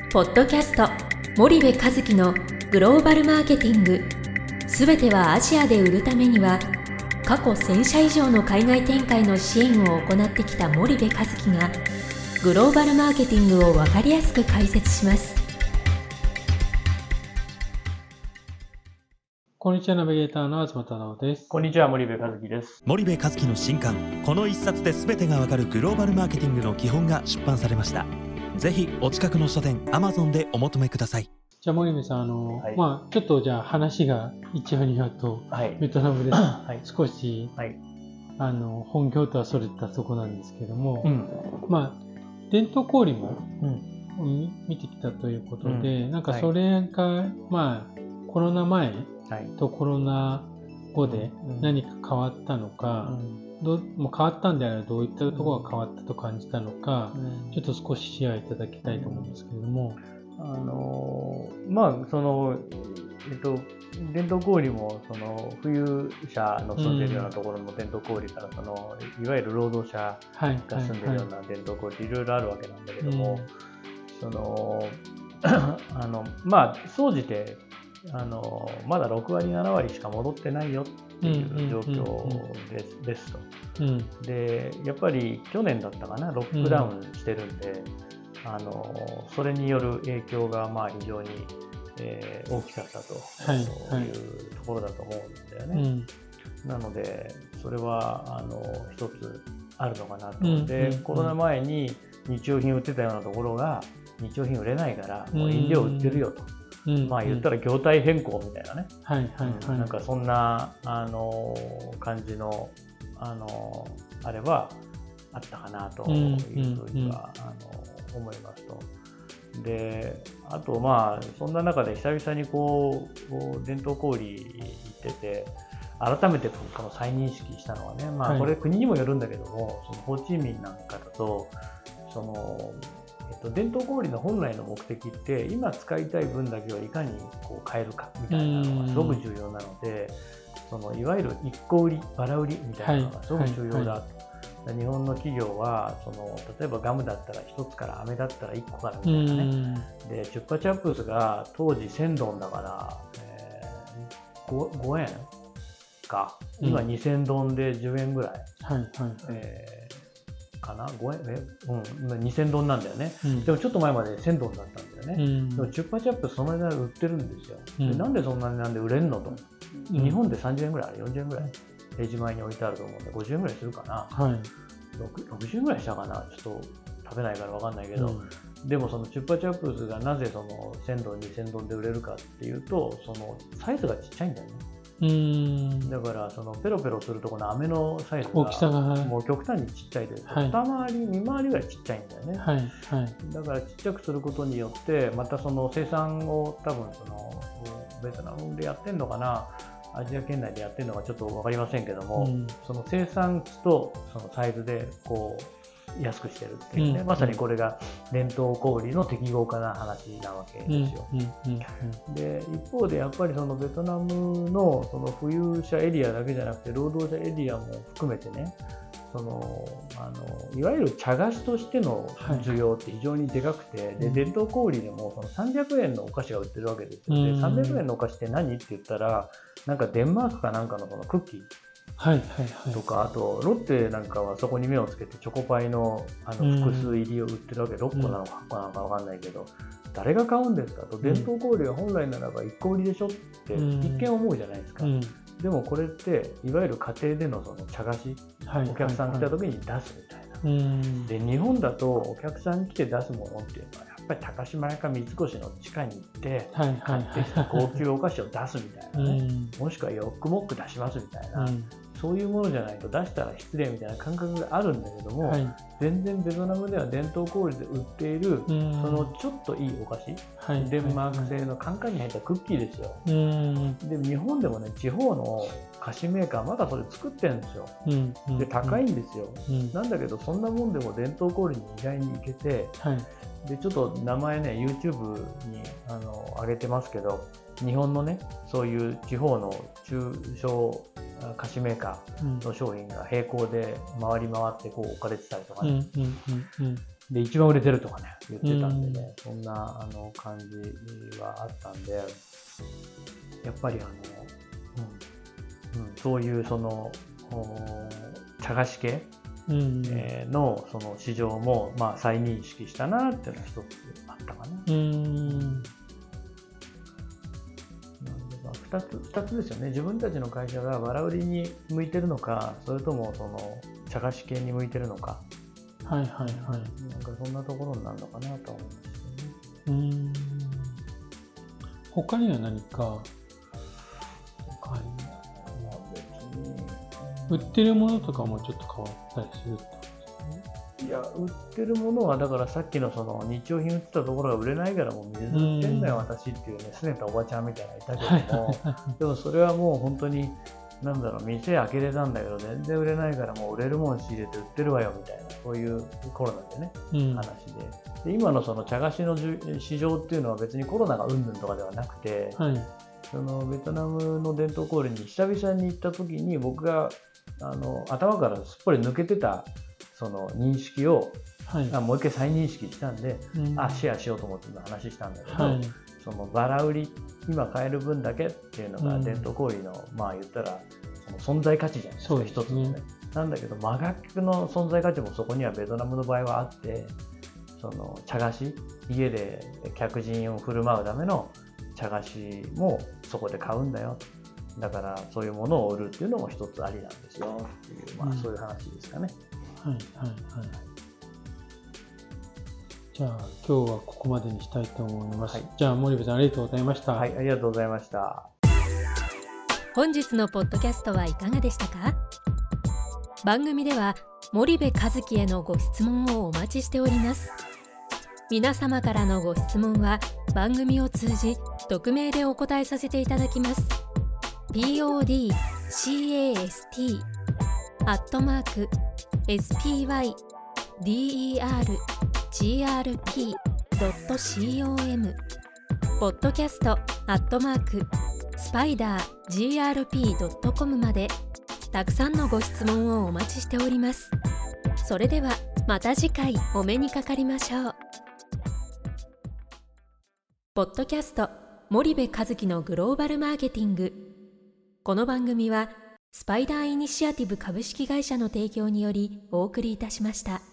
ポッドキャスト森部和樹のグローバルマーケティング、すべてはアジアで売るためには、過去1000社以上の海外展開の支援を行ってきた森部和樹がグローバルマーケティングを分かりやすく解説します。 こんにちは、ナビゲーターの東太郎です。 こんにちは、森部和樹です。 森部和樹の新刊、この一冊で全てがわかるグローバルマーケティングの基本が出版されました。ぜひお近くの書店 Amazon でお求めください。 じゃあ森部さん、ちょっとじゃあ話が一話二話とベトナムで少し、本業とはそれたとこなんですけども、伝統小売も、見てきたということで、なんかそれが、コロナ前とコロナ後で何か変わったのか、もう変わったんであればどういったところが変わったと感じたのか、ちょっと少しシェアいただきたいと思うんですけれども。 伝統小売も富裕者の住んでるようなところの伝統小売からいわゆる労働者が住んでるような伝統小売っていろいろあるわけなんだけども、総じてまだ6割7割しか戻ってないよっていう状況ですと。でやっぱり去年だったかな、ロックダウンしてるんで、それによる影響が非常に、大きかったというところだと思うんだよね。なのでそれは一つあるのかなと。でコロナ前に日用品売ってたようなところが日用品売れないからもう飲料売ってるよと。言ったら業態変更みたいなね、なんかそんな感じのあれはあったかなというふうには思いますと。であとそんな中で久々に伝統小売行ってて改めてこの再認識したのはね、これ国にもよるんだけども、ホーチミンなんかだと伝統小売の本来の目的って今使いたい分だけをいかに変えるかみたいなのがすごく重要なので、いわゆる一個売りバラ売りみたいなのがすごく重要だと。日本の企業は例えばガムだったら1つから飴だったら1個からみたいなね。でチュッパチャップスが当時1000ドンだから、5円か、今2000ドンで10円ぐらい、かな、今2000ドンなんだよね。でもちょっと前まで1000ドンだったんだよね。でもチュッパチャップその値段で売ってるんですよ。でなんでそんな値段で売れるのと。日本で30円ぐらい、40円ぐらいレジ前に置いてあると思うんで、50円ぐらいするかな、60円ぐらいしたかな、ちょっと食べないから分かんないけど、でもそのチュッパチャップスがなぜ1000ドン2000ドンで売れるかっていうと、サイズがちっちゃいんだよね。だからペロペロするとこの飴のサイズがもう極端にちっちゃいで、2回り2回りぐらいちっちゃいんだよね。だからちっちゃくすることによってまた生産を多分ベトナムでやってんのかな、アジア圏内でやってるのかちょっと分かりませんけども、その生産地とそのサイズで安くしてるっていうね、まさにこれが伝統小売の適合化な話なわけですよ。で一方でやっぱりベトナムの富裕者エリアだけじゃなくて労働者エリアも含めてね、いわゆる茶菓子としての需要って非常にでかくて、で伝統小売でも300円のお菓子が売ってるわけですよ。で300円のお菓子って何って言ったら、なんかデンマークかなんかのクッキーとか、あとロッテなんかはそこに目をつけてチョコパイの複数入りを売ってるわけ。6個なのか8個なのか分かんないけど、誰が買うんですかと。伝統小売は本来ならば1個売りでしょって一見思うじゃないですか。でもこれっていわゆる家庭での茶菓子、お客さん来た時に出すみたいな。で日本だとお客さん来て出すものっていうのはやっぱり高島屋か三越の地下に行って買ってきた高級お菓子を出すみたいなね、もしくはヨックモック出しますみたいな、そういうものじゃないと出したら失礼みたいな感覚があるんだけども、全然ベトナムでは伝統小売で売っているちょっといいお菓子、デンマーク製のカンカンに入ったクッキーですよ。で日本でもね、地方の菓子メーカーまだそれ作ってるんですよ。で高いんですよ。なんだけどそんなもんでも伝統小売に意外に行けて、でちょっと名前ね YouTube に上げてますけど、日本のねそういう地方の中小菓子メーカーの商品が並行で回り回って置かれてたりとかね、 で一番売れてるとかね言ってたんでね、そんな感じはあったんで、やっぱりそういうその茶菓子系のその市場もまあ再認識したなっていうのは一つあったかな。2つですよね。自分たちの会社がバラ売りに向いてるのか、それともその茶菓子系に向いてるのか。 はいはいはい。 なんかそんなところになるのかなと思いますよね。他には何か売ってるものとかもちょっと変わったりするってことですね。 いや、売ってるものはだからさっきのその日用品売ってたところが売れないからもう水売ってんだよ私っていうね、拗ねたおばちゃんみたいなのいたけどもでもそれはもう本当になんだろう、店開けれたんだけど全然売れないからもう売れるもん仕入れて売ってるわよみたいな、そういうコロナでね、話で今のその茶菓子の市場っていうのは別にコロナがうんぬんとかではなくて、そのベトナムの伝統小売に久々に行った時に僕が頭からすっぽり抜けてたその認識を、もう一回再認識したんで、シェアしようと思って今話したんだけど、そのバラ売り今買える分だけっていうのが伝統小売の、まあ言ったらその存在価値じゃないですか、一つのね。なんだけど真逆の存在価値もそこにはベトナムの場合はあって、その茶菓子、家で客人を振る舞うための茶菓子もそこで買うんだよ。だからそういうものを売るっていうのも一つありなんですよっていう、まあそういう話ですかね。 じゃあ今日はここまでにしたいと思います。じゃあ森部さんありがとうございました。 ありがとうございました。 本日のポッドキャストはいかがでしたか？番組では森部一樹へのご質問をお待ちしております。皆様からのご質問は番組を通じ匿名でお答えさせていただきます。podcast@spydergrp.com podcast@spidergrp.com までたくさんのご質問をお待ちしております。それではまた次回お目にかかりましょう。ポッドキャスト森部一樹のグローバルマーケティング。この番組はスパイダーイニシアティブ株式会社の提供によりお送りいたしました。